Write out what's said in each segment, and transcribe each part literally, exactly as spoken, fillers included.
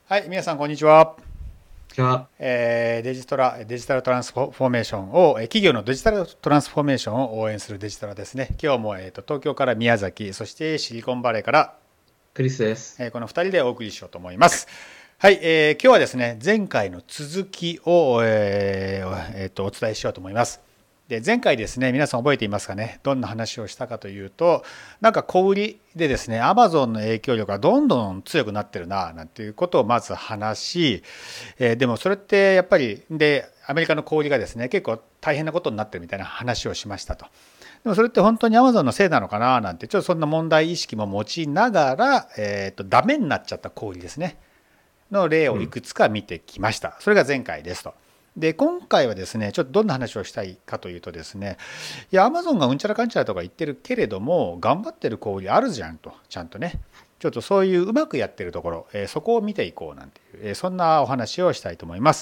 はい、皆さんこんにちは。 じゃあ、 えーデジトラ、デジタルトランスフォーメーションを、えー企業のデジタルトランスフォーメーションを応援するデジタルですね。今日も、えーと、東京から宮崎、そしてシリコンバレーから、 クリスです。 えーこのふたりでお送りしようと思います。はい、えー今日はですね、前回の続きを、えーえーとお伝えしようと思います。で前回ですね、皆さん覚えていますかね、どんな話をしたかというと、なんか小売りでですね、アマゾンの影響力がどんどん強くなってるな、なんていうことをまず話し、えーでもそれってやっぱり、で、アメリカの小売りがですね、結構大変なことになってるみたいな話をしましたと。でもそれって本当にアマゾンのせいなのかな、なんて、ちょっとそんな問題意識も持ちながら、えっと、ダメになっちゃった小売りですね。の例をいうん。 くつか見てきました。それが前回ですと。で、今回はですね、ちょっとどんな話をしたいかというとですね、いや、アマゾンがうんちゃらかんちゃらとか言ってるけれども、頑張ってる小売りあるじゃんと、ちゃんとね。ちょっとそういううまくやってるところ、えーそこを見ていこうなんていう、えーそんなお話をしたいと思います。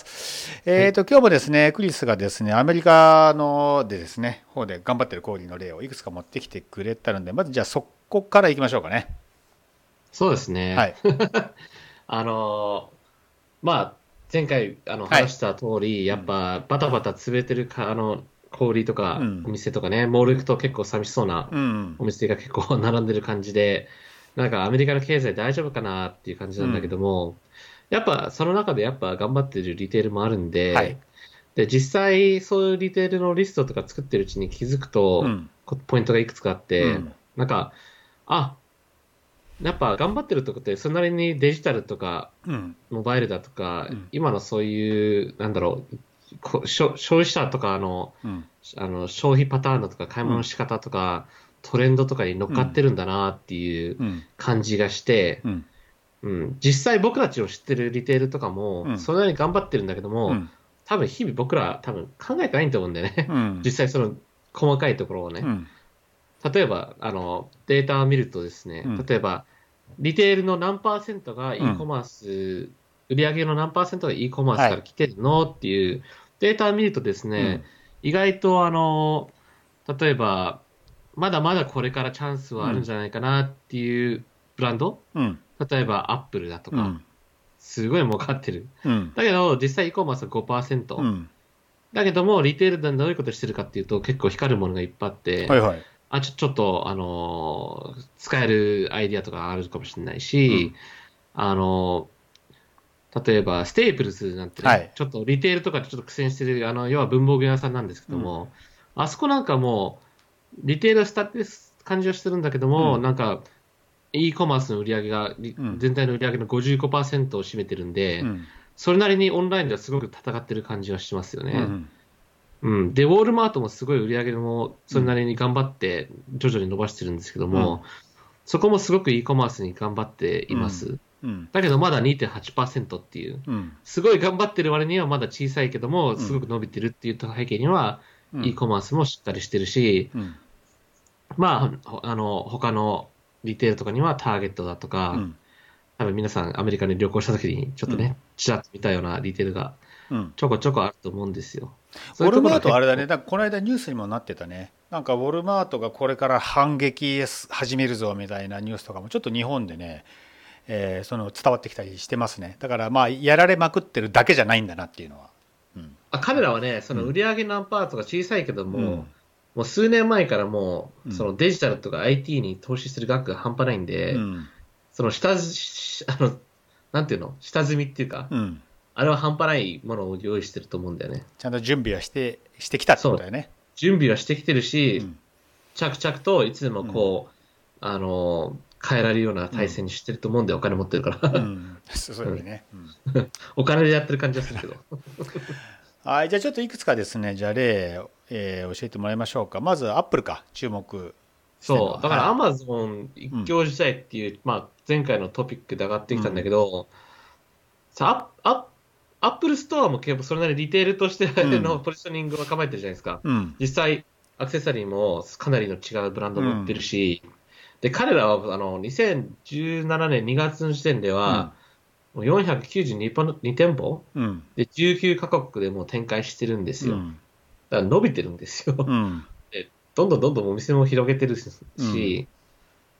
はい。 えっと、今日もですね、クリスがですね、アメリカのでですね、方で頑張ってる小売りの例をいくつか持ってきてくれたので、まずじゃあそこからいきましょうかね。 そうですね。 はい。 あのーまあ、前回あのはい。 話した通り、やっうん。 ぱバタバタ潰れてるか、あの、小売りとかおうん。 店とかね、モール行くと結構寂しそうなうん。 お店が結構並んでる感じで、なんかアメリカの経済大丈夫かなっていう感じなんだけうん。 ども、やっぱその中でやっぱ頑張ってるリテールもあるんはい。 で、で、実際そういうリテールのリストとか作ってるうちに気づくと、 うん。 こポイントがいくつかあって、 うん。 なんか、あ、やっぱ頑張ってるとこって、それなりにデジタルとか、 うん。 モバイルだとか、 うん。 今のそういう、なんだろう、こ消消費者とかの、 うん。 あの消費パターンだとか、買いうん。 物の仕方とか、トレンドとかに乗っかってうん。 るんだなっていううん。 感じがして、 うん。 うん、実際僕たちを知ってるリテールとかも、 うん。 それなりに頑張ってるんだけども、 うん。 多分日々僕ら多分考えてないと思うんだよね。 うん。 実際その細かいところをね。 うん。 例えば、あの、データを見るとですね、 うん。 例えば、リテールの何パーセントがう e コん。 マース、売上の何パーセントが e コマースはい。 から来てるのっていうデータを見るとですうん。 ね、意外とあの、例えば、まだまだこれからチャンスはあるんうん。 じゃないかなっていうブランド、 うん。 例えばアップルだとか、 うん。 すごい儲かってる。 うん。 だけど、実際 e コマースはごパーセント。 うん。 だけども、リテールでどういうことしてるかっていうと、結構光るものがいっぱいあって、 はいはい。 あ、ちょ、ちょっと、あのー使えるアイディアとかあるかもしれないうん。 し、あのー例えば、ステープルズなんてね、 はい。 ちょっとリテールとかでちょっと苦戦してる、あの、要は文房具屋さんなんですけうん。 ども、あそこなんかもう、リテールしたって感じはしてるんだけども、 うん。 なんか、e コマースの売り上げが、りうん。 全体の売り上げのごじゅうごパーセントを占めてるんで、 うん。 それなりにオンラインではすごく戦ってる感じはしますよね。 うん。 うん。で、ウォールマートもすごい売り上げもうん。 それなりに頑張って徐々に伸ばしてるんですけどうん。 も、そこもすごく e コマースに頑張ってうん。 います。 うん。 だけどまだにてんはちパーセントっていう、 うん。 すごい頑張ってる割にはまだ小さいけども、 うん。 すごく伸びてるっていう背景には、 うん。 e コマースもしっかりしてるし、 うん。 まあ、ほあの、他のリテールとかにはターゲットだとか、 うん。 多分皆さんアメリカに旅行した時にちょっうん。 とね、ちらっと見たようなリテールがうん。 ちょこちょこあると思うんですよ。そういうところウォルマーは結構、 トあれだね。だからこの間ニュースにもなってたね。なんかウォルマートがこれから反撃始めるぞみたいなニュースとかもちょっと日本でね、えーその伝わってきたりしてますね。だからまあやられまくってるだけじゃないんだなっていうのは。うん。 あ、彼らはね、そうん。 の売上何パートが小さいけどうん。 も、もう数年前からもう、そうん。 のデジタルとか アイティー に投資する額が半端ないんで、 うん。 その下し、あの、なんていうの下積みっていうか、 うん。 あれは半端ないものを用意してると思うんだよね。 ちゃんと準備はしてしてきたってそう。 ことだよね。 準備はしてきてるし、 うん。 着々といつでもうん。 こう、あの、変えられるようなうん。 体制にしてると思うんで、お金持ってるから。 うん。そそううん。 だよね。うん。 お金でやってる感じはするけど。 はい、じゃあちょっといくつかですね、じゃあ例、えー教えてもらいましょうか。まずアップルか、注目してるのは。 そう。だからはい。 Amazon 一うん。 強時代っていう、まあ前回のトピックで上がってきたんだうん。 けど、さあ、アアップルストアも結構それなりにリテールとしてのうん。 ポジショニングを構えてるじゃないですか。 うん。 実際、アクセサリーもかなりの違うブランドを持ってるうん。 し、で、彼らはあのにせんじゅうななねんにがつの時点でうん。 は、もうよんひゃくきゅうじゅうに店舗うん。 でじゅうきゅうカ国でもう展開してるんですよ。 うん。 だから伸びてるんですよ。 うん。 で、どんどんどんどんお店も広げてるうん。 し、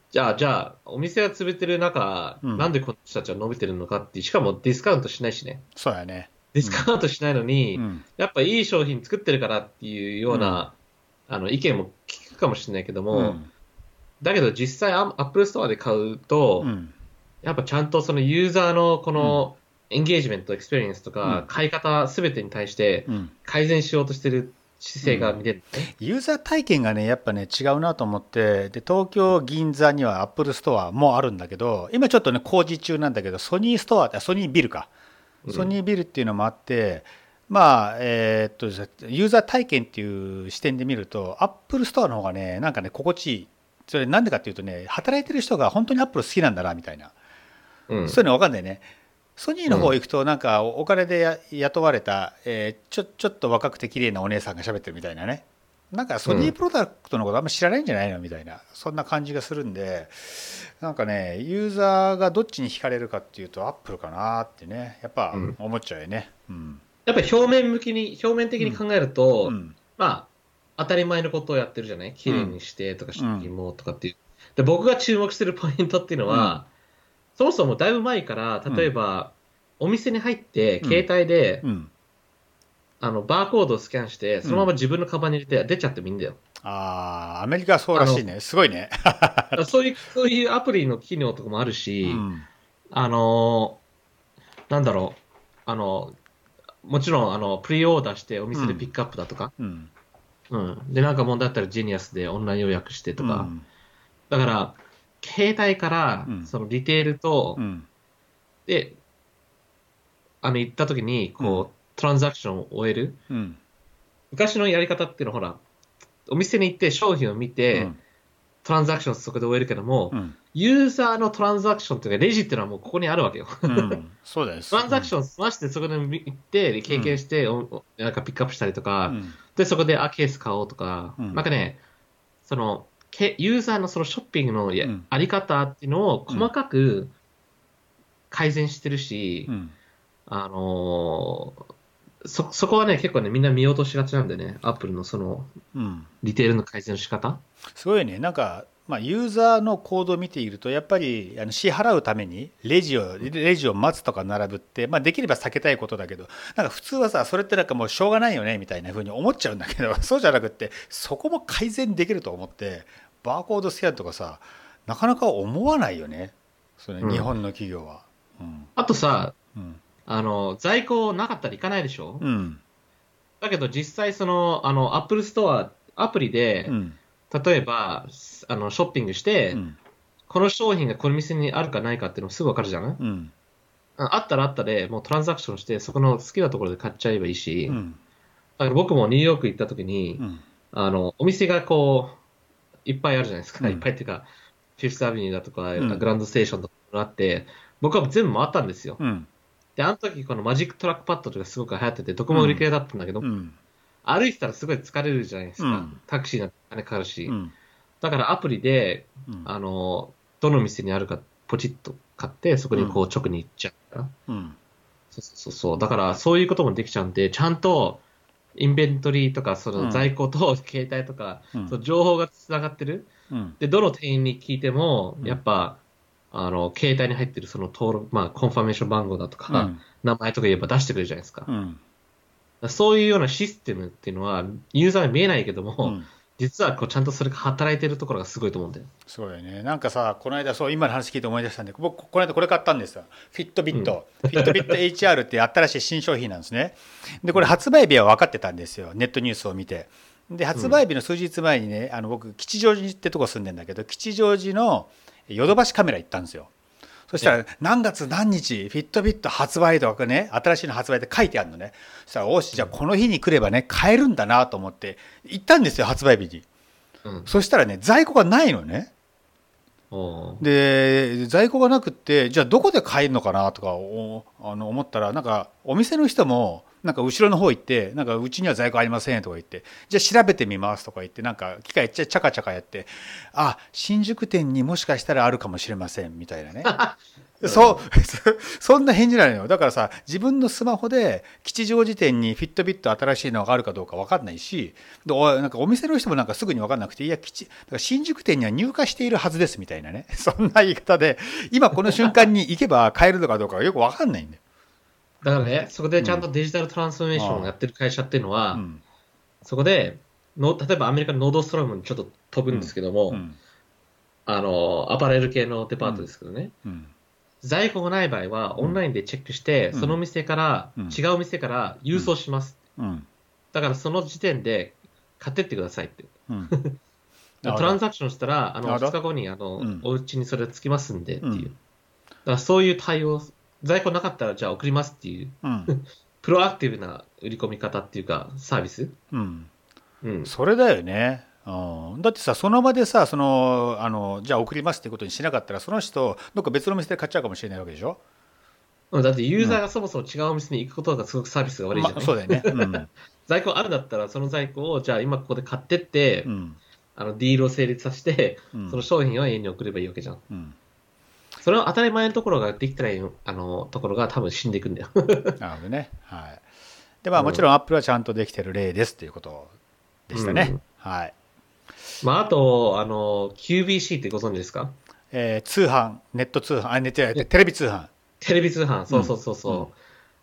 じゃあ、じゃあ、お店が潰れてる中、 うん。 なんでこの人たちは伸びてるのかっていう、しかもディスカウントしないしね。 そうやね。 ディスうん。 カウントしないのに、 うん。 やっぱいい商品作ってるからっていうようん。 うな、あの、意見も聞くかもしれないけども、 うん。 だけど実際アップルストアで買うと、 うん。 やっぱちゃんとそのユーザーのこうん。 のエンゲージメント、エクスペリエンスとか、 うん。 買い方すべてに対してうん。 改善しようとしてる姿勢がうん。 見れるね。 ユーザー体験がね、やっぱね、違うなと思って、で、東京、銀座にはアップルストアもあるんだけど、今ちょっとね、工事中なんだけど、ソニーストア、あソニービルか。 うん。 ソニービルっていうのもあって、まあ、えーっと、ユーザー体験っていう視点で見ると、アップルストアの方がね、なんかね、心地いい。それなんでかっていうとね、働いてる人が本当にアップル好きなんだな、みたいな。 うん。 そういうのわかんないね。ソニーの方うん。 行くと、なんかお金でや雇われた、えーちょ、ちょっと若くて綺麗なお姉さんが喋ってるみたいなね。なんかソニーうん。 プロダクトのことあんま知らないんじゃないのみたいな、そんな感じがするんで、なんかね、ユーザーがどっちに惹かれるかっていうと、アップルかなってね、やっぱうん。 思っちゃうよね。うん。 やっぱり表面向きに、表面的うん。 に考えると、 うん。 まあ、当たり前のことをやってるじゃない綺麗うん。 にしてとか、商うん。 品もとかっていう。で、僕が注目してるポイントっていうのうん。 は、そもそもだいぶ前から、 うん。 例えば、お店に入って、携うん。 帯で、 うん。 あの、バーコードをスキャンして、そのままうん。 自分のカバンに入れて出ちゃってもいいんだよ。 ああ、アメリカはそうあの、 らしいね。すごいね。 そういう、そういうアプリの機能とかもあるし、 うん。 あの、なんだろう。あの、もちろん、あの、プリオーダーしておうん。 店でピックアップだとか。 うん。 うん。で、なんか問題あったらジニアスでオンライン予約してとか。 うん。 だから、携帯から、 うん。 そのリテールと、 うん。 で、あの、行った時に、 うん。 こう、トランザクションを終える。 うん。 昔のやり方っていうのは、ほら、お店に行って商品を見て、 うん。 トランザクションそこで終えるけども、 うん。 ユーザーのトランザクションというか、レジっていうのはもうここにあるわけよ。 うん。そうです。 トランうん。 ザクション済ましてそこで行って経験うん。 して、おおなんかピックアップしたりとか、 うん。 で、そこで、あ、ケース買おうとか、 うん。 なんかね、その、けユーザーのそのショッピングのやうん。 あり方っていうのをうん。 細かく改善してるし、 うん。 あのーそ、そこはね、結構ね、みんな見落としがちなんでね、アップルのその、 うん。 リテールの改善の仕方。 すごいね。なんか、まあ、ユーザーの行動を見ていると、やっぱりあの支払うためにレジを、レジを待つとか並ぶって、まあ、できれば避けたいことだけど、なんか普通はさ、それってなんかもうしょうがないよねみたいな風に思っちゃうんだけど、そうじゃなくって、そこも改善できると思って、バーコードスキャンとかさ、なかなか思わないよね。そのうん。 日本の企業は。うん。 あとさ、 うん。 あの、在庫なかったら行かないでしょ？ うん。 だけど実際その、あの、アップルストア、アプリで、 うん。 例えば、あの、ショッピングして、 うん。 この商品がこの店にあるかないかっていうのもすぐわかるじゃない？ うん。 ああったらあったで、もうトランザクションして、そこの好きなところで買っちゃえばいいし、 うん。 だから僕もニューヨーク行った時に、 うん。 あの、お店がこう、いっぱいあるじゃないですか。いっうん。 ぱいっていうか、フィフスアベニューだとか、 うん。 グランドステーションとかあって、僕は全部回ったんですよ。 うん。 で、あの時このマジックトラックパッドとかすごく流行ってて、どこうん。 も売り切れだったんだけど、 うん。 歩いてたらすごい疲れるじゃないですか。 うん。 タクシーなんて金かかるし。 うん。 だからアプリで、 うん。 あの、どの店にあるかポチッと買って、そこうん。 にこう直に行っちゃうから。 うん。 そうそうそう。だからそういうこともできちゃうんで、ちゃんとインベントリーとか、そのうん。 在庫と携帯とか、 うん。 その情報がつながってる。 うん。 で、どの店員に聞いても、 うん。 やっぱ、あの、携帯に入ってるその登録、まあ、コンファメーション番号だとか、 うん。 名前とか言えば出してくれるじゃないですか。 うん。 そういうようなシステムっていうのは、ユーザーに見えないけども、 うん。 実はこうちゃんとそれが働いてるところがすごいと思うんだよ。 そうよね。なんかさ、この間、そう、今の話聞いて思い出したんで、僕、この間これ買ったんですよ。フィットビうん。 ット。フィットビット エイチアール って新しい新商品なんですね。で、これ発売日は分かってたんですよ。ネットニュースを見て。で、 うん。 発売日の数日前にね、あの、僕、吉祥寺ってとこ住んでんだけど、吉祥寺のヨドバシカメラ行ったんですよ。そしたね。 ら、何月何日、フィットビット発売とかね、新しいの発売って書いてあるのね。そしたら、おし、じゃあうん。 この日に来ればね、買えるんだなと思って、行ったんですよ、発売日に。 うん。 そしたらね、在庫がないのね。 おー。 で、在庫がなくって、じゃあどこで買えるのかなとかおあの思ったら、なんかお店の人も、 なんか後ろの方行ってなんかうちには在庫ありませんとか言ってじゃあ調べてみますとか言ってなんか機械ちゃチャカチャカやってあ新宿店にもしかしたらあるかもしれませんみたいなねそうそんな返事なのよ。だからさ自分のスマホで吉祥寺店にフィットビット新しいのがあるかどうか分かんないしでおなんかお店の人もなんかすぐに分かんなくていや吉だから新宿店には入荷しているはずですみたいなねそんな言い方で今この瞬間に行けば買えるのかどうかがよく分かんないんだよ。 だからね、そこでちゃんとデジタルトランスフォーメーションをやってる会社っていうのは、 うん、 そこでの、例えばアメリカのノードストロームにちょっと飛ぶんですけども、 うんうん、 あの、アパレル系のデパートですけどね、 うんうん在庫がない場合はオンラインでチェックして、 うん、 その店から、 うん、 違う店から郵送します。 うん、 だからその時点で買ってってくださいって。 うん、 トランザクションしたら、あの、 なるほどふつかごにあの、 うん、 お家にそれつきますんでっていう。 うん、 だからそういう対応、在庫なかったらじゃあ送りますっていう、 うん、 プロアクティブな売り込み方っていうか、サービス。 うん、 うん。 それだよね。うん、だってさその場でさそのあのじゃあ送りますってことにしなかったらその人どっか別の店で買っちゃうかもしれないわけでしょ。 うんだってユーうん、 ザーがそもそも違うお店に行くことがすごくサービスが悪いじゃまあない。 そうだよね。うん、 在庫あるんだったら、その在庫をじゃあ今ここで買ってって、 うん、 あの、ディールを成立させて、 うん、 その商品を家に送ればいいわけじゃん。 うん、 それを当たり前のところができたらいいあの、ところが多分死んでいくんだよ。 なるほどね。はい。でまあもちうん。 ろんアップルはちゃんとできてる例ですということでしたね。 うん。 はい。 まあ、あと、あの、キュービーシー ってご存知ですか？ えー通販ネット通販あネットじゃないねテレビ通販。 テレビ通販、 うんそうそうそううん、 そう。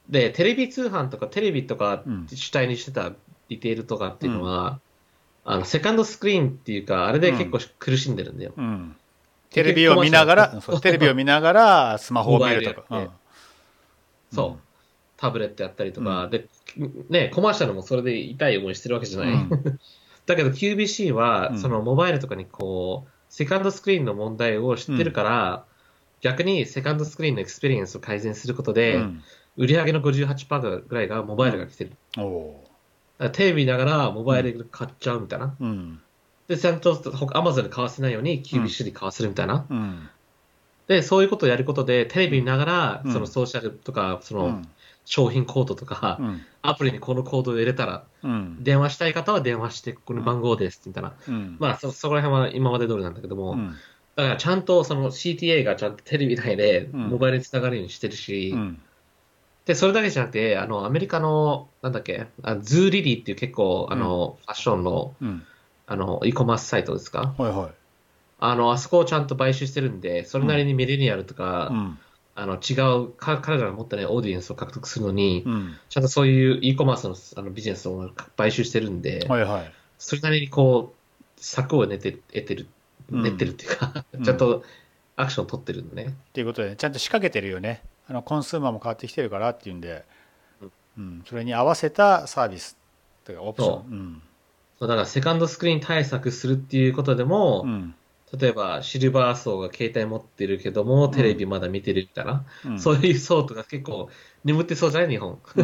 で、テレビ通販とかテレビとかうん、 主体にしてたディテールとかっていうのうん、 は、あの、セカンドスクリーンっていうか、あれで結構うん、 苦しんでるんだよ。 うん、テ結レビを局コマーシャル、 見ながらそうテレビを見ながらスマホモバイを見るとか。 ルやって、 うん、 そう、タブレットやったりとか、 うん、 で、ね、コマーシャルもそれで痛い思いしてるわけじゃない。 うん、 だけど キュービーシー は、そうん、 のモバイルとかにこう、セカンドスクリーンの問題を知ってるうん、 から、逆にセカンドスクリーンのエクスペリエンスを改善することで、 うん、 売上のごじゅうはちパーセントぐらいがモバイルが来てる。 おおだからテレビ見ながらモー、うん、 バイルで買っちゃうみたいな。 うん、 で、ちゃんとアマゾンで買わせないようにうん、 キュービーシー で買わせるみたいな。 うん、 で、そういうことをやることで、テレビ見ながら、 うん、 そのソーシャルとか、そのうん、 商品コードとか、 うん、 アプリにこのコードを入れたら、 うん、 電話したい方は電話して、ここの番号です、みたいな。 うん、 まあ、そ、そこら辺は今まで通りなんだけども、 うん、 だからちゃんとその シーティーエー がちゃんとテレビ内でうん、 モバイルにつながるようにしてるし、 うん、 で、それだけじゃなくて、あの、アメリカの、なんだっけ、あズーリリーっていう結構、あうん、 の、ファッションの、 うん、 あの、e コマースサイトですか？ はいはい、 あの、あそこをちゃんと買収してるんで、それなりうん、 にミレニアルとか、 うん、 あの、違う、か彼らが持ってないオーディエンスを獲得するのに、 うん、 ちゃんとそういう e コマースの、あのビジネスを買収してるんで、 はいはい、 それなりにこう、策を練って得てる、練ってるうん、 っていうか、 うん。 ちゃんとアクションを取ってるんでね。 っていうことで、ね、ちゃんと仕掛けてるよね。あのコンスーマーも変わってきてるからっていうんで、 うんうん、それに合わせたサービスというかオプション。 そう。 うん、 そうだからセカンドスクリーン対策するっていうことでも、 うん、 例えばシルバー層が携帯持ってるけども、テレうん、 ビまだ見てるみたいな、 うん、 そういう層とか結構眠ってそうじゃない日本。 うん、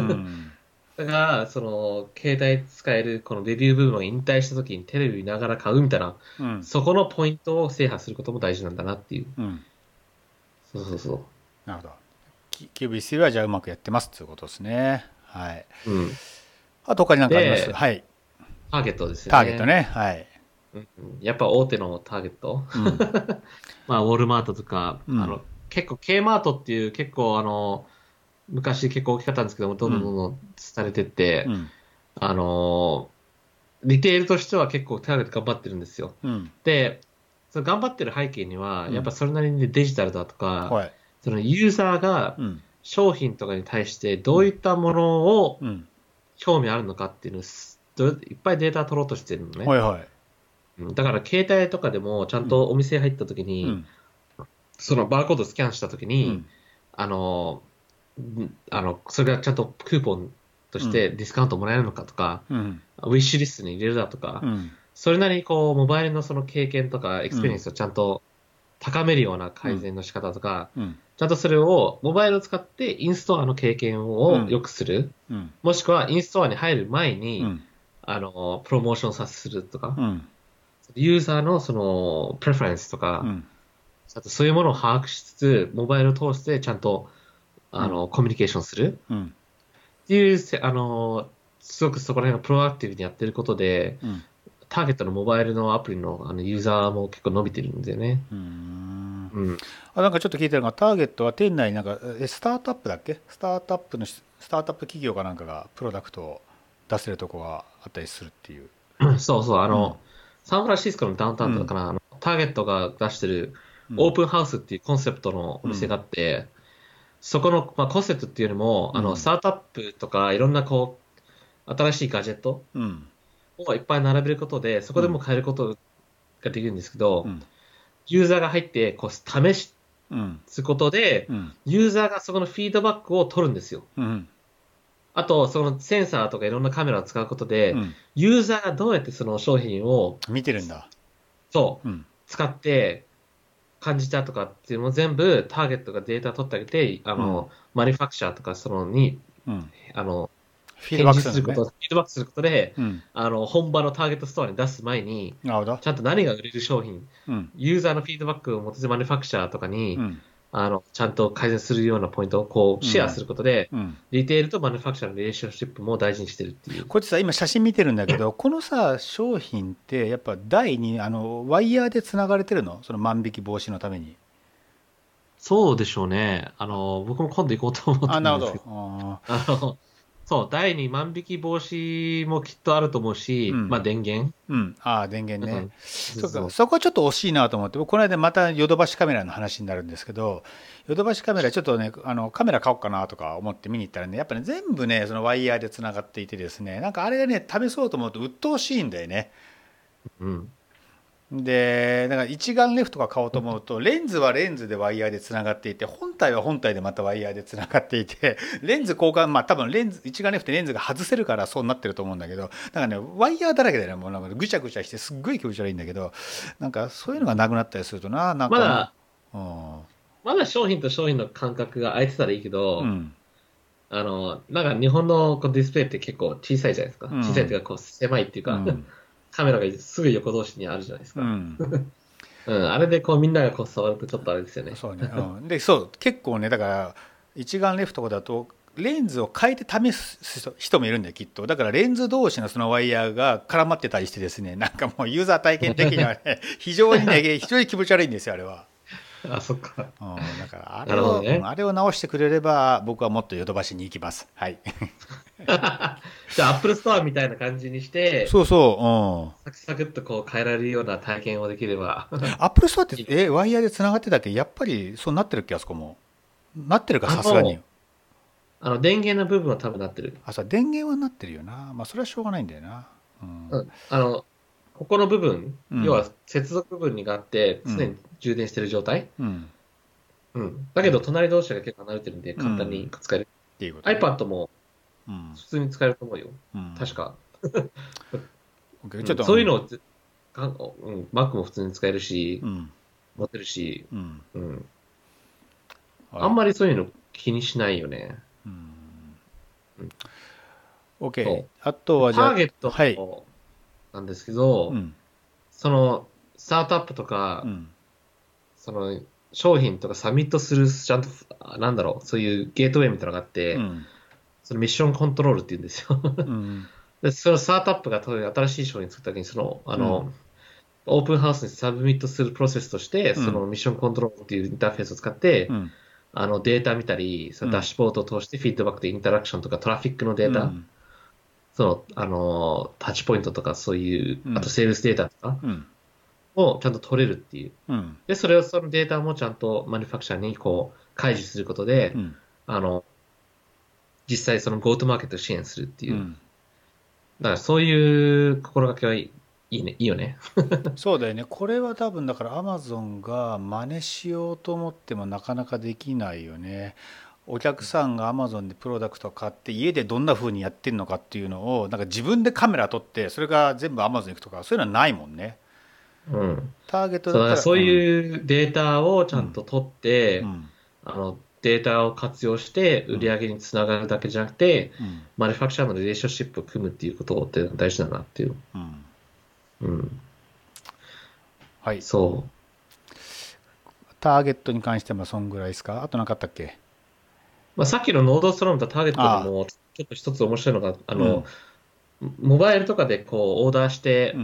だから、その、携帯使えるこのレビュー部分を引退した時にテレビ見ながら買うみたいな、 うん、 そこのポイントを制覇することも大事なんだなっていう。 うん。 そうそうそなるほど。キキュービーシー はじゃあうまくやってますということですね。はい。 う。うん。 あと他に何かあります？ で、 はい。 ターゲットですよターゲットね。 ね。はい。 うんうん、やっぱ大手のターゲット。 うん、 まあ、ウォルマートとか、 うん、 あの、結構 K マートっていう結構あの、昔結構大きかったんですけども、どんどんどうん、 んどんされてって、 うん、 あの、リテールとしては結構ターゲット頑張ってるんですよ。 うん、 で、その頑張ってる背景には、 うん。 やっぱそれなりにデジタルだとか、 はい。 そのユーザーがうん、 商品とかに対してどうん、 ういったものをうん。 興味あるのかっていうのをすどういっぱいデータ取ろうとしてるのね。 はいはい。 うんだから携帯とかでもちゃんうん、 とお店入った時に、 うん、 そのバーコードスキャンした時に、 うん、 あの、んあの、それがちゃんとクーポンとうん、 してディスカウントもらえるのかとか、 うん、 ウィッシュリストに入れるだとか、 うん、 それなりにこう、モバイルのその経験とかエクスペリエンスをちゃんと高めるような改善の仕方とか、 うん、 ちゃんとそれをモバイルを使ってインストアの経験を良くする。 うん、 もしくはインストアに入る前に、 うん、 あの、プロモーションさせるとか、 うん、 ユーザーのその、プレフェレンスとか、 うん、 あとそういうものを把握しつつ、モバイルを通してちゃんと、あの、コミュニケーションする。 うん、 っっていうせ、あの、すごくそこら辺をプロアクティブにやってることで、 うんターゲットのモバイルのアプリのあのユーザーも結構伸びてるんだよね。 うーんうん。 あなんかちょっと聞いてるのが、ターゲットは店内になんかえスタートアップだっけ、スタートアップのスタートアップ企業かなんかがプロダクトを出せるとこがあったりするっていう。 そうそう、あうんの、サンフランシスコのダウンタウうんンだったかな、あのターゲットが出してるうんオープンハウスっていうコンセプトのお店がうんあって、そこの、まあ、コンセプトっていうよりも、あの、スうんタートアップとかいろんなこう、新しいガジェットうんをいっぱい並べることで、そこでもうん買えることができるんですけど、 うんユーザーが入ってこう試うんすことで、 うんユーザーがそこのフィードバックを取るんですよ。 うんあと、そのセンサーとかいろんなカメラを使うことで、 うんユーザーがどうやってその商品を、 見てるんだ。 そう、 うん使って感じたとかっていうのも全部ターゲットがデータ取ってあげて、あうんの、マニファクチャーとかそのに、 うんあの、 フィードバッ返事クするのね。 すること、フィードバックすることで、 うんあの、本場のターゲットストアに出す前に、 なるほど。 ちゃんと何が売れる商品、 うんユーザーのフィードバックを持ってマニファクチャーとかに、 うんあの、ちゃんと改善するようなポイントをこうシェアすることで、 うんリテールとマニファクチャーのリレーションシップも大事にしてるっていう。 こっちさ今写真見てるんだけど、このさ商品ってやっぱ台にあのワイヤーでつながれてるの、その万引き防止のために。 そうでしょうね。あの、僕も今度行こうと思ってあ、なるほど。 るんですけど、 ああの、そう、第二万引き防止もきっとあると思うし、 うんまあ電源。 ーうん、あー電源ね。 うん。そうそうか、 そう。 そこはちょっと惜しいなと思って、僕この間またヨドバシカメラの話になるんですけど、ヨドバシカメラちょっとね、あのカメラ買おうかなとか思って見に行ったらね、やっぱね全部ねそのワイヤーでつながっていてですね、なんかあれがね試そうと思うと鬱陶しいんだよね。 うん。 で、だから一眼レフとか買おうと思うと、レンズはレンズでワイヤーでつながっていて、本体は本体でまたワイヤーでつながっていて、レンズ交換、まあ多分レンズ、一眼レフってレンズが外せるからそうなってると思うんだけど、なんかね、ワイヤーだらけでね、もうなんかぐちゃぐちゃしてすっごい気持ち悪いんだけど、なんかそういうのがなくなったりするとな、なんかまだ、 な、 まだ商品と商品の間隔が空いてたらいいけうん、うど、 ん、 あの、なんか日本のこうディスプレイって結構小さいじゃないですか。 う小さいっていうん、 かこう狭いっていうか、 うん、 カメラがすぐ横同士にあるじゃないですか。 うん。 うん、あれでこうみんながこう触るとちょっとあれですよね。 そうね、うん、でそう結構ねだから一眼レフとかだとレンズを変えて試す人人もいるんだよきっと。だからレンズ同士のそのワイヤーが絡まってたりしてですね、なんかもうユーザー体験的にはね非常にね非常に気持ち悪いんですよあれは。 あ、そっか。 うん、だからあなれを、うんるほどね。 あれを直してくれれば僕はもっとヨドバシに行きます。はいじゃあ、アップルストアみたいな感じにして、 そうそう、 サクサクっとこう変えられるような体験をできればうん、アップルストアっていい。 えワイヤーでつながってたっけ、やっぱりそうなってるっけ、あそこもなってるか、 あさすがに。 の、あの電源の部分は多分なってる。 あ、そう電源はなってるよな。まあそれはしょうがないんだよな。うんうん。あの、ここの部分、 うん要は接続部分にがあってうん常に充電してる状態。 うんうん。だけど隣同士が結構離れてるんで簡単に使える。 っていうことね。 iPad もうん普通に使えると思うよ。 うん確か。 OK ちょっと、 うん、そういうのをぜかん、うん、Mac も普通に使えるしう、ん持てるし、 うんうん。 はいあんまりそういうの気にしないよね。 うんうん。 OK そう。 あとはじゃあターゲッはいトなんですけど、 うんその、スタートアップとか、 うんその、商品とかサミットする、ちゃんと、あなんだろう、そういうゲートウェイみたいなのがあって、 うんそのミッションコントロールって言うんですよ。 うんで、そのスタートアップが例えば新しい商品作った時に、その、あの、オープンハウスにサブミットするプロセスとして、 うんそのミッションコントロールっていうインターフェースを使って、 うんあのデータ見たり、そのダッシュボードを通してフィードバックでインタラクションとかトラフィックのデータ、 うんその、あの、タッチポイントとかそういうう、んあとセールスデータとかうんをちゃんと取れるっていう。 うんで、それを、そのデータもちゃんとマニファクチャーにこう、開示することで、 うんあの、実際その Go to Market を支援するっていう。 うんだからそういう心がけはいい、いいね、いいよね。 そうだよね。これは多分だからアマゾンが真似しようと思ってもなかなかできないよね。お客さんがアマゾンでプロダクトを買って家でどんな風にやってるのかっていうのをなんか自分でカメラ撮ってそれが全部アマゾン行くとかそういうのはないもんね。 うん。 ターゲットそう、だからそうだったらうんいうデータをちゃんうんと取って、 うんあの、データを活用して売り上げにつながるだけじゃなくて、 うんマニファクチャーのリレーションシップを組むっていうことって大事だなっていう。 うんうん。 はい。 そターゲットに関してもそんぐらいですか。あと何かあったっけ。 まあ、さっきのノードストロームとターゲットでああ、 も、ちょっと一つ面白いのが、あの、 うん、 モバイルとかでこう、オーダーして、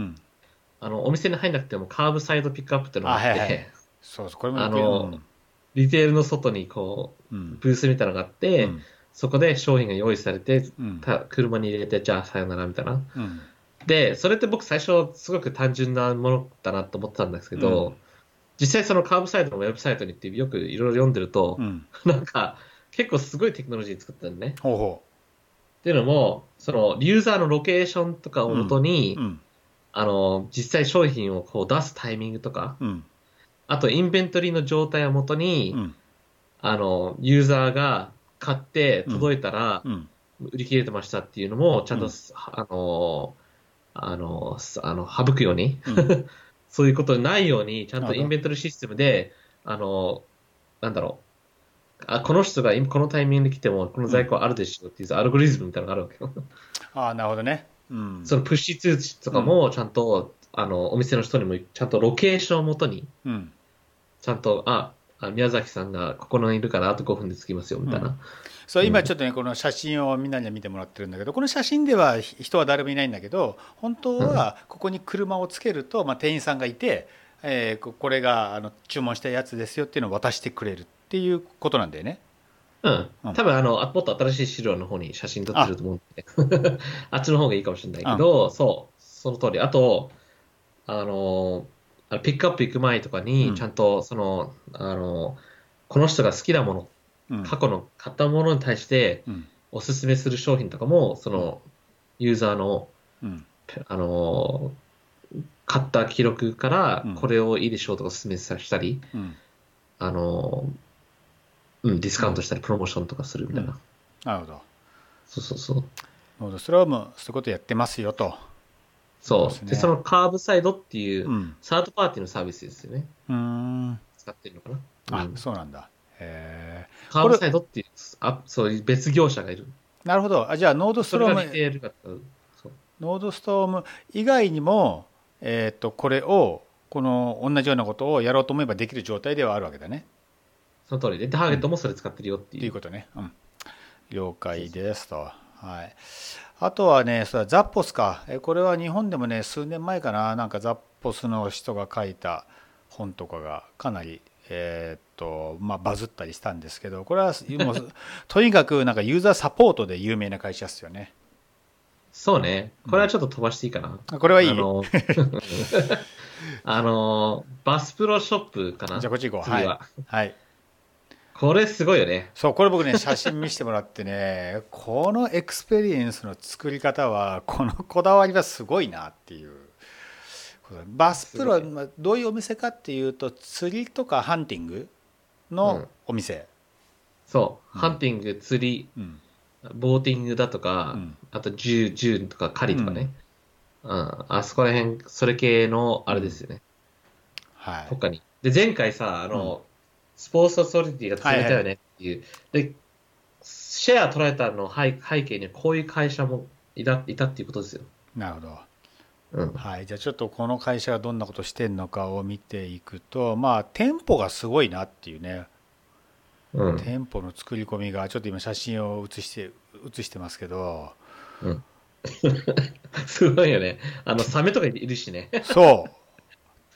うん。 あの、お店に入んなくてもカーブサイドピックアップっていうのあ、 があっはいはい。 て、 そうそう、これもよあく、うの、 ん、 リテールの外にこう、 うん、 ブースみたいなのがあって、 うん、 そこで商品が用意されて、 うん、 た車に入れて、じゃあさよならみたいな。 うん、 で、それって僕最初すごく単純なものだなと思ってたんですけうん、 ど、実際そのカーブサイドのウェブサイトに行ってよくいろいろ読んでると、 うん。 なんか結構すごいテクノロジー作ったんだね。 ほうほっていうのも、そのユーザーのロケーションとかう。 をもうん、 とに、 うん、 あの、実際商品をこう出すタイミングとか、 うん、 あとインベントリーの状態をもとに、 うん、 あの、ユーザーが買ってうん、 届いたら、 うん、 売り切れてましたっていうのも、ちゃんと、 うん、 あの、あの、あの、省くように、 うん。 そういうことないように、ちゃんとインなるほど。 ベントリーシステムで、あの、なんだろう、あ、この人が今このタイミングで来ても、このうん。 在庫あるでしょうっていうアルゴリズムみたいなのがあるわけよ。 ああ、なるほどね。うん、 そのプッシュ通知とうん、 かも、ちゃんと、あの、お店の人にも、ちゃんとロケーションをもとに、 うん、 ちゃんと、あ、あ宮崎さんがここにいるから、あとごふんで着きますよ、みうん。 たいな。 そう、 うん。 今ちょっとね、この写真をみんなには見てもらってるんだけど、この写真ではひ人は誰もいないんだけど、本当うん。 はここに車をつけると、まあ、店員さんがいて、えーここれがあの注文したやつですよっていうのを渡してくれるっていうことなんだよね。 うん。 うん。 多分、あの、あもっと新しい資料の方に写真撮ってあ、 ると思うんで、あっちの方がいいかもしれないうん、 けど、そう、その通り。あと、あの、あのピックアップ行く前とかに、ちゃうん、 んと、その、あの、この人が好きなもの、 うん、 過去の買ったものに対して、 うん、 おすすめする商品とかも、そうん、 の、ユーザーの、 うん、 あの、買った記録から、こうん、 れをいいでしょうとかおすすめさしたり、 うん、 あの、うん、ディスうん、 カウントしたり、プロモーションとかするみうん。 たいな。 なるほど。 そうそうそう。 なるほど。それはもうそういうことやってますよということでそう。で、そすね。 のカーブサイドっていううん。 サードパーティーのサービスですよね。 うーん。 使ってるのかな。うあ、 ん。 そうなんだ。へえ。 カーブこれ、 サイドっていう、あ、そういう別業者がいる。 なるほど。あ、じゃあ、ノードスそれがリトローム、 テールが使う。そう。 ノードストーム以外にも、えっと、これを、この同じようなことをやろうと思えばできる状態ではあるわけだね。 その通りで、ターうん。っゲットもそれ使ってるよっていう。 ていうことね。うん。了そうそう。 解ですと。はい。あとはね、それはザッポスか。えこれは日本でもね、数年前かな、なんかザッポスの人が書いた本とかがかなり、えーっと、まあ、バズったりしたんですけど、これはもう、とにかくなんかユーザーサポートで有名な会社ですよね。 そうね。 うん。 これはちょっと飛ばしていいかな。 あ、これはいい。 あの、あの、バスプロショップかなじゃあこっち行こう。はい。 次は。 はい。 これすごいよね。 そう、これ僕ね、写真見せてもらってね、このエクスペリエンスの作り方は、このこだわりはすごいなっていう。バスプロはすごい。 まあどういうお店かっていうと、釣りとかハンティングのうん。 お店。 そう。 うん。 ハンティング、釣り、 うん。 ボーティングだとか、 うん。 あと銃、銃とか狩うん。 りとかね。うん。あそこら辺、それ系のうん。 あれですよね。 はい。 他に。で、前回さ、あうん。 の、スポーツアソリティがはいはい。 潰れたよねっていう。で、シェア取られたの背背景にはこういう会社もいた、いたっていうことですよ。 なるほど。 うん。 はい。じゃあちょっとこの会社がどんなことしてんのかを見ていくと、まあ、店舗がすごいなっていうね。 うん。 店舗の作り込みが、ちょっと今写真を写して、写してますけど、 うん。すごいよね。あの、サメとかいるしね。 そう。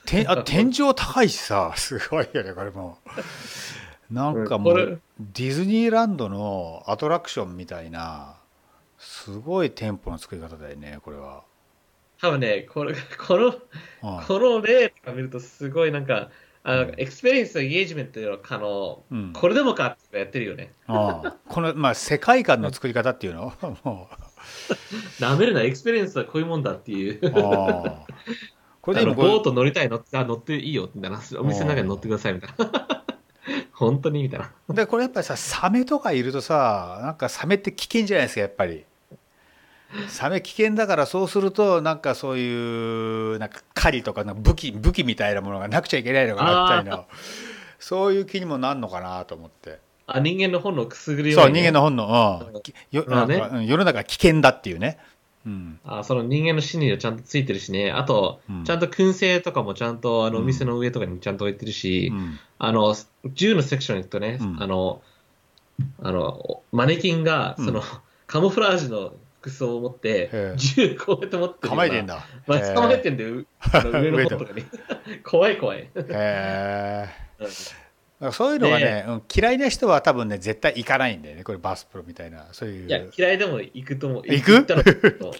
て、あ、天井高いしさ、すごいよね、これもう。なんうん、 かもう、 これ、 ディズニーランドのアトラクションみたいな、すごい店舗の作り方だよね、これは。 多分ね、これ、この、 うん。 この例とか見るとすごいなんか、あの、 うん。 エクスペリエンスとエンゲージメントの、あの、 うん。 これでもかってやってるよね。 ああ。この、まあ、世界観の作り方っていうのもう、 なめるな、エクスペリエンスはこういうもんだっていう。 ああ。これであの、 今これ、 ボート乗りたいのあ、乗っていいよ、みたいな。おう店の中に乗ってくん。 ださい、みたいな。本当にみたいな。 で、これやっぱりさ、サメとかいるとさ、なんかサメって危険じゃないですか、やっぱり。サメ危険だからそうするとなんかそういうなんか狩りとかなんか武器武器みたいなものがなくちゃいけないのかなみたいあなそういう気にもなんのかなと思ってあ、人間の本能くすぐるようそうにね。 人間の本能、うん、きよなんかまあね。 うん世の中危険だっていうねうんあ、その人間の心理がちゃんとついてるしね。あと、 うんちゃんと燻製とかもちゃんと、あの、お店うんの上とかにもちゃんと置いてるし、 うんあの、銃のセクションに行くとね、 うんあの、 あの、マネキンが、その、 うん、 カモフラージュの服装を持って、 へえ、 銃こうやって持ってるような、 構えてんだ。 まあ、構えへてんで、うあの、 え。 上の上と。 方とかに。怖い怖い。 へうん、 え。そういうのがで、 ね、うん、嫌いな人は多分ね、絶対行かないんだよね。これバスプロみたいな、そういや、 いう。 嫌いでも行くとも、い行く。 行ったら、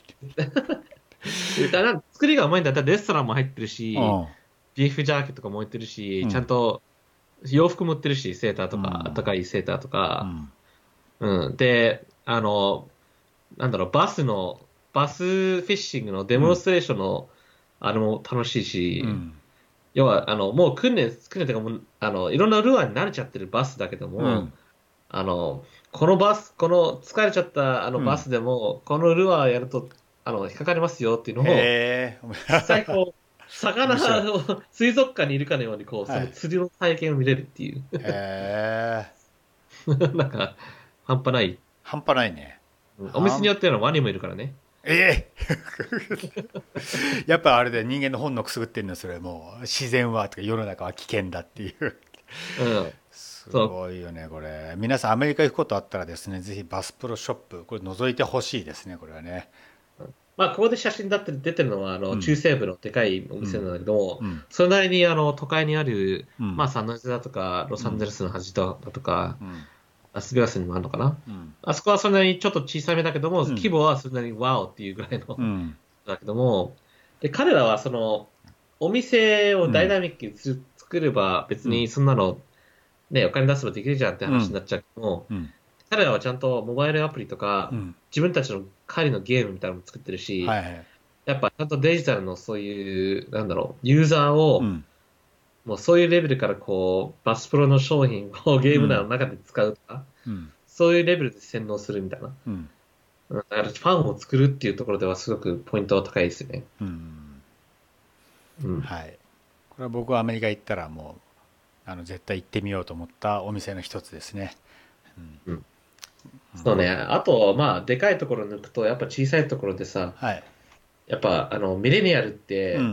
で、だから作りがうまいんだったらレストランも入ってるし、 うん。 ビーフジャーキーとかも置いてるし、ちゃんうん。 と洋服も売ってるし、セーターうとか、あったん。 かいセーターとか、 うん。 うん。で、あの、なんだろう、バスの、バスフィッシングのデうん。 モンストレーションの、あれも楽しいし、 うん。 要は、あの、もう訓練、訓練というかもう、あの、いろんなルアーに慣れちゃってるバスだけども、 うん。 あの、このバス、この疲れちゃったあのうん。 バスでも、このルアーやると、あの、引っかかりますよっていうのを、 へえ。 実際こう、魚面白い。 を水族館にいるかのように、こう、そのはい。 釣りの体験を見れるっていう。 へえ。 なんか、半端ない。 半端ないね。 うんお店に半よってはワニもいるからね。 ええ。やっぱあれで人間の本能くすぐってんのそれもう自然はとか世の中は危険だっていう。 うん。 すそう。 ごいよねこれ。皆さんアメリカ行くことあったらですね、ぜひバスプロショップこれ覗いてほしいですねこれはね。 まあ、ここで写真だって出てるのは、あの、中うん。 西部のでかいおうん店なんだけども、 うん。 それなりに、あの、都会にある、まあ、 うんサンノゼだとか、ロうん。 サンゼルスの端だとか、 うんラスベガスにもあるのかな。 うんあそこはそんなにちょっと小さめだけども、 うん規模はそんなにワオっていうぐらいのうん。 だけども、で、彼らはその、お店をダイうんナミックにつ作れば別にうんそんなの、ね、お金出せばできるじゃんってうん話になっちゃうけども、 うん彼らはちゃんとモバイルアプリとか、 うん。 自分たちの狩りのゲームみたいなのも作ってるし、 はいはい。 やっぱちゃんとデジタルのそういう、なんだろう、ユーザーを、 うんもうそういうレベルからこう、バスプロの商品をゲーム内のうん中で使うとか、 うんそういうレベルで洗脳するみたいな。 うんうんだからファンを作るっていうところではすごくポイントは高いですよね。 うん。 うん。 はい。これは僕はアメリカ行ったらもうあの絶対行ってみようと思ったお店の一つですね。うんうん。 うん。 そうね。あと、まあ、でかいところ抜くと、やっぱ小さいところでさ、 はい。 やっぱ、あの、ミレニアルって、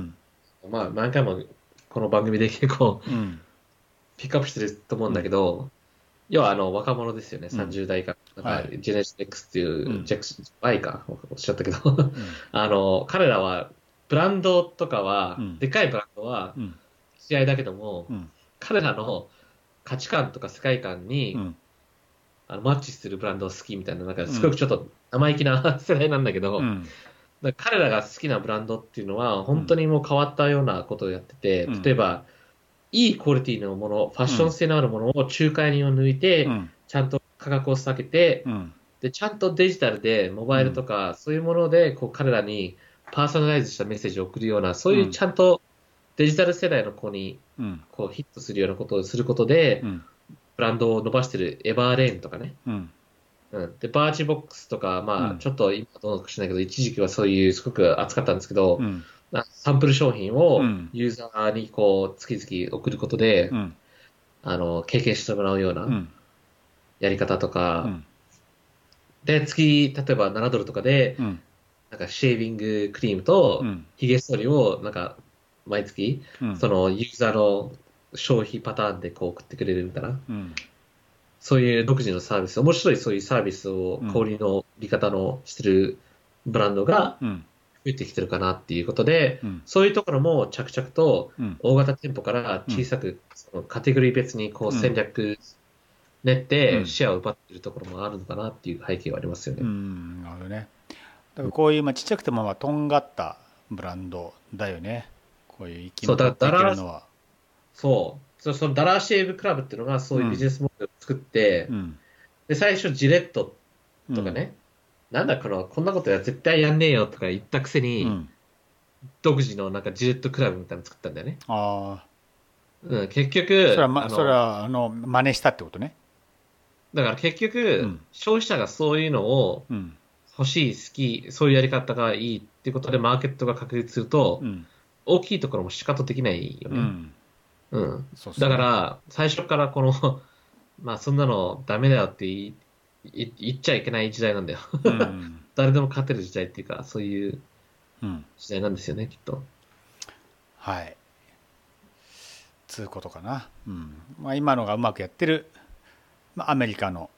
うんまあ、何回もこの番組で結構うんピックアップしてると思うんだけうんど、要はあの、若者ですよね。 うん。 さんじゅう代から。なんか、 はい。 ジェネレーション X っていう、 うんジェクス、Y か、おっしゃったけど、 うんあの、彼らは、ブランドとかは、 うんでかいブランドはうん嫌いだけども、 うん彼らの価値観とか世界観にうんあのマッチするブランドを好きみたいな、なんかうんすごくちょっと生意気な世代なんだけど、 うんだから彼らが好きなブランドっていうのは、 うん本当にもう変わったようなことをやってて、 うん例えば、いいクオリティのもの、ファッうんション性のあるものを仲介人を抜いて、 うんちゃんと価格を下げて、 うんで、ちゃんとデジタルで、モバイルとか、そういうもので、こう、彼らにパーソナライズしたメッセージを送るような、そういううんちゃんとデジタル世代の子に、 うんこう、ヒットするようなことをすることで、 うんブランドを伸ばしてるエバーレーンとかね。 うんうん。で、バーチボックスとか、まあ、 うんちょっと今どうなのか知らないけど、一時期はそういうすごく熱かったんですけど、 うんなサンプル商品をうんユーザーにこう、月々送ることで、 うんあの、経験してもらうようなうんやり方とか、 うんで、月、例えばななドルとかで、 うんなんかシェービングクリームとうんヒゲ剃りを、なんか、毎月、 うんそのユーザーの消費パターンでこう送ってくれるみたいな。 うんそういう独自のサービス、面白いそういうサービスをうん小売りの売り方のしてるブランドがうん増えてきてるかなっていうことで、 うんそういうところも着々とうん大型店舗から小さく、そのカテゴリー別にこう戦略練ってシェアを奪っているところもあるのかなっていう背景はありますようね。 ん。なるほどね。だからこういうまあちっちゃくてもまあとんがったブランドだよね。こういう生きそう、だ残っていからダラ、 けるのは。 そう、そそのダラーシェイブクラブっていうのがそういうビジネスモデルを作って、 うんで、最初ジレットうんとかね、なんだこの、こんなことや絶対やんねえよとか言ったくせに、 うん独自のなんかジレットクラブみたいなの作ったんだよね。 ああ。 うん、結それは、 局、あま、それの、 はあの真似したってことね。 だから結う局、 ん消費者がそういうのをうん欲しい、好き、そういうやり方がいいっていうことでマーケットが確立すると、 うん大きいところも仕方できないよね。 うんうん。だかそうですね。 ら、最初からこのまあそんなのダメだよって言い言言っちゃいけない時代なんだよ。 うん誰でも勝てる時代っていうか、そういううん時代なんですよね、きっと。 はい。つうことかな。うん。まあ今のがうまくやってる、まあ、アメリカの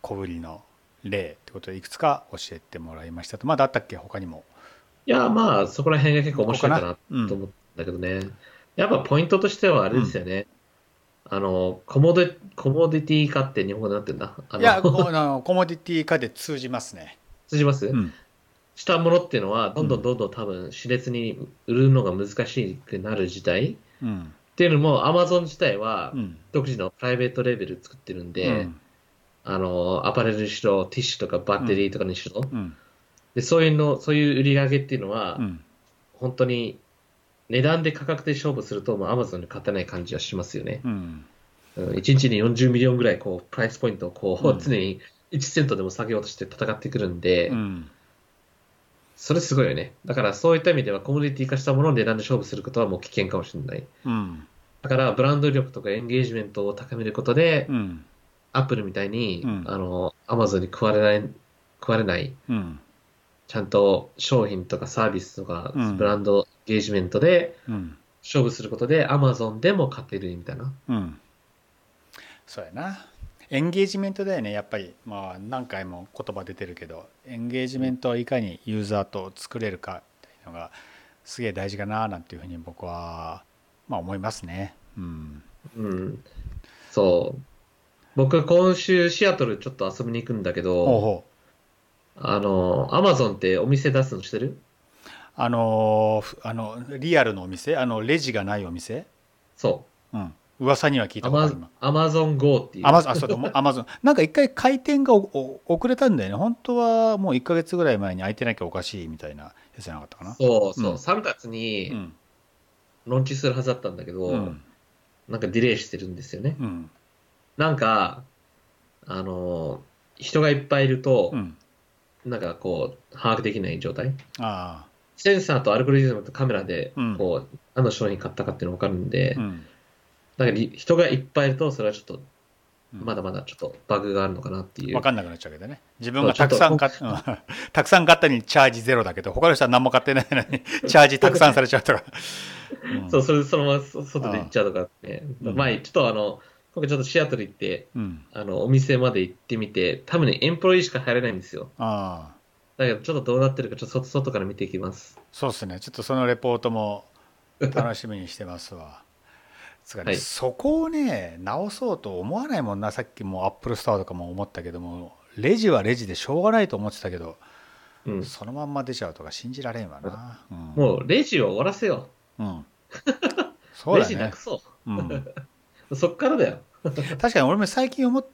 小売りの例ってことでいくつか教えてもらいましたと。まだあったっけ他にも。 いや、まあ、そこら辺が結構面白いかこなこかな。うん。 と思うんだけどね。やっぱポイントとしてはあれうん。 ですよね。あの、コモデ、コモディティ化って日本語でなってんだ。あの、 いや、このコモディティ化で通じますね。 通じますうん。 したものっていうのは、どうん。 んどんどんどん多分、熾烈に売るのが難しくなる時代っうん。 ていうのも、Amazon 自体はうん。 独自のプライベートレベル作ってるんで、 うん。 あの、アパレルにしろ、ティッシュとかバッうん。 テリーとかにしろ。 うん。 で、そういうの、そういう売り上げっていうのは、 うん。 本当に値段で価格で勝負すると、もう Amazon に勝てない感じはしますよね。 うん。 うん、いちにちによんじゅうミリオンぐらい、こう、プライスポイントをこう、 うん。 常にいちセントでも下げようとして戦ってくるんで、 うん。 それすごいよね。だからそういった意味ではコミュニティ化したものを値段で勝負することはもう危険かもしれない。 うん。 だからブランド力とかエンゲージメントを高めることで、 うん。 アップルみたいに、 うん。 あの、アマゾンに食われない、食われない、 うん。 ちゃんと商品とかサービスとかうん。 ブランドエンゲージメントでうん。 勝負することでアマゾンでも勝てるみたいな。 うん。そうやな。エンゲージメントだよね。やっぱり、まあ、何回も言葉出てるけど、エンゲージメントをいかにユーザーと作れるかっていうのがすげえ大事かななんていうふうに僕は、まあ、思いますね。うん。 うん。そう。僕今週シアトルちょっと遊びに行くんだけど、 ほうほう。 あの、アマゾンってお店出すのしてる？ あのふあのリアルのお店、あのレジがないお店。 そう。 うん。噂には聞いたアマ、 ことある今。 アマゾン ゴー っていう。 アマゾン、あ、そうだ、アマゾン。なんか一回開店がおお遅れたんだよね。本当はもういっかげつぐらい前に開いてなきゃおかしいみたいなやつじゃなかったかな。 そうそう。 うん。 さんがつにうん。 ローンチするはずだったんだけど、 うん。 なんかディレイしてるんですよね。 うん。 なんか、あの、人がいっぱいいると、 うん。 なんかこう、把握できない状態。 ああ。 センサーとアルゴリズムとカメラで、 うん。 こう、何の商品買ったかっていうのがわかるんで、 うん。 なんかり人がいっぱいいると、それはちょっと、 うん。 まだまだちょっとバグがあるのかなっていう。 分かんなくなっちゃうけどね。自分そう、 がちょっと、ほんたくさん買っ、うんたくさん買ったのにチャージゼロだけど、他の人は何も買ってないのにチャージたくさんされちゃうとか。うん。 そう、それでそのままそ外で行っああ。 ちゃうとかね。 うん。 前、ちょっとあの、今回ちょっとシアトル行って、 うん。 あの、お店まで行ってみて、多分ね、エンプロイーしか入れないんですよ。 ああ。 だけど、ちょっとどうなってるか、ちょっと外外から見ていきます。 そうですね。ちょっとそのレポートも楽しみにしてますわ。つかね、 はい。 そこをね、直そうと思わないもんな。さっきもアップルストアとかも思ったけども、レジはレジでしょうがないと思ってたけど、 うん。 そのまんま出ちゃうとか信じられんわな。うん。 もう、レジを終わらせようん。 う。レそうだね。 ジなくそうん。 う。そっからだよ。 確かに俺も最近思って、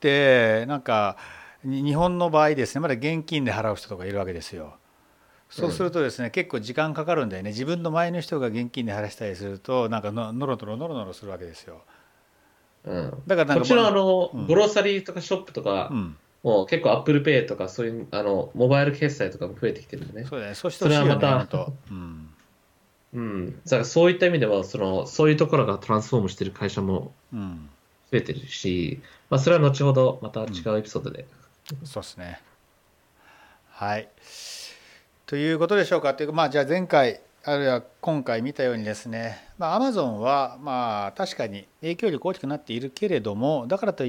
なんか、に日本の場合ですね、まだ現金で払う人とかいるわけですよ。そうするうん。 とですね、結構時間かかるんだよね。自分の前の人が現金で払したりすると、なんかのノロノロノロノロするわけですよ。 うん。 だからなんかまあ、 こっちのあの、 うん、 グロッサリーとかショップとか、 うん。 もう結構アップルペイとか、そういう、あの、モバイル決済とかも増えてきてるんでね。 そうだね。そうしてそれほしいよね、本はまた、 当。うん。 うん。だからそういった意味では、その、そういうところがトランスフォームしてる会社もうん。 増えてるし、まあ、それは後ほどまた違うん。 うエピソードで。 そうですね。はい。ということでしょうか。というか、まあ、じゃあ前回、あるいは今回見たようにですね、まあ、Amazon は、まあ、確かに影響力大きくなっているけれども、だからといって、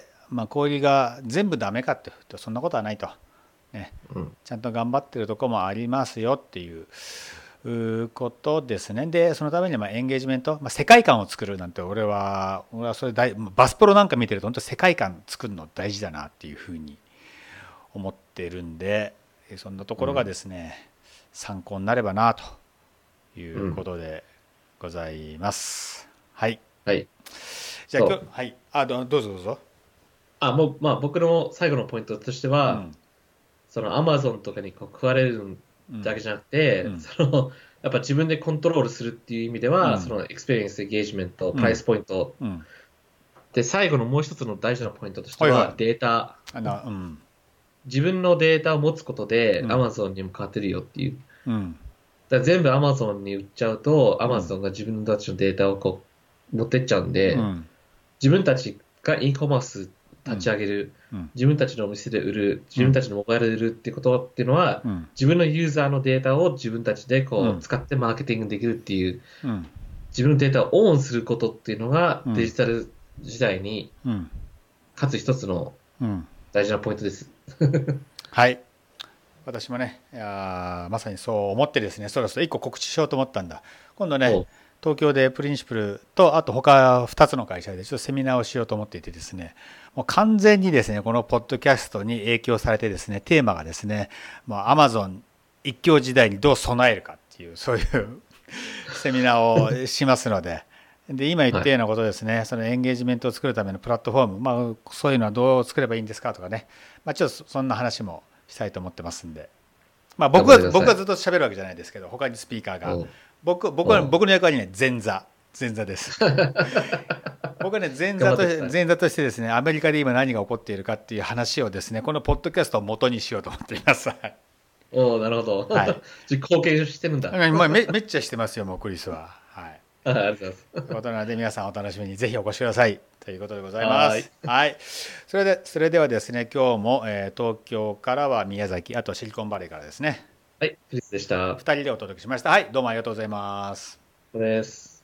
まあ、小売りが全部ダメかっていうと、そんなことはないと。ね。 うん。 ちゃんと頑張ってるとこもありますよっていううことですね。で、そのためにまあエンゲージメント、まあ、世界観を作るなんて俺は、俺はそれ大、バスプロなんか見てると本当世界観作るの大事だなっていうふうに思ってるんで、そんなところがうん。 ですね、参考になればなというこうん。 とでございます。はい。 はい。 じゃあ今日、 そう。 はい。あ、どどうぞどうぞ。 あ、もう、まあ、僕の最後のポイントとしては、 うん。 そのアマゾンとかにこう食われるうん。 だけじゃなくて、 うん。 その、やっぱ自分でコントロールするっていう意味では、そうん。 のエクスペリエンス、エンゲージメント、プライうん。 スポイント。 うん。 で、最後のもう一つの大事なポイントとしては、 はいはい。 データ。 あの、うん。 自分のデータを持つことで、 うん。 アマゾンにも勝てるよっていう。 うん。 だから全部アマゾンに売っちゃうと、アうん。 マゾンが自分たちのデータをこう、持ってっちゃうんで、 うん。 自分たちが e コマース立ちうん。 上げる、 うん。 自分たちのお店で売る、自うん。 分たちのモバイルで売るっていうことっていうのは、 うん。 自分のユーザーのデータを自分たちでこううん。 使ってマーケティングできるっていう、 うん。 自分のデータをオンすることっていうのがうん。 デジタル時代に、 うん。 かつ一つのうん。 大事なポイントです。 はい。私もね、いやまさにそう思ってですね、そろそろいっこ告知しようと思ったんだ。今度ね、 おう東京でプリンシプルと、あと他ふたつの会社でちょっとセミナーをしようと思っていてですね、もう完全にですね、このポッドキャストに影響されてですね、テーマがですね、もう Amazon 一強時代にどう備えるかっていう、そういうセミナーをしますので、で今言っはい。 たようなことですね、そのエンゲージメントを作るためのプラットフォーム、まあ、そういうのはどう作ればいいんですかとかね、まあ、ちょっとそんな話もしたいと思ってますんで、まあ、 頑僕は張ってください。 僕はずっと喋るわけじゃないですけど、他にスピーカーが、 おう僕僕はおう僕の役割ね、前座、前座です。僕はね、前座と頑張ってください。 前座としてですね、アメリカで今何が起こっているかっていう話をですね、このポッドキャストを元にしようと思っています。 おお、なるほど。 はい。 実貢献してるんだ。 まあ、めめっちゃしてますよ、もうクリスは。はい。 はい、ありがとうございます。 ということなので、皆さんお楽しみにぜひお越しください。ということでございまはーい。 す。はい。それで、それではですね、今日も、えー東京からは宮崎、あとシリコンバレーからですね、 はい、クリスでした。 ふたりでお届けしました。はい、どうもありがとうございます。 これです。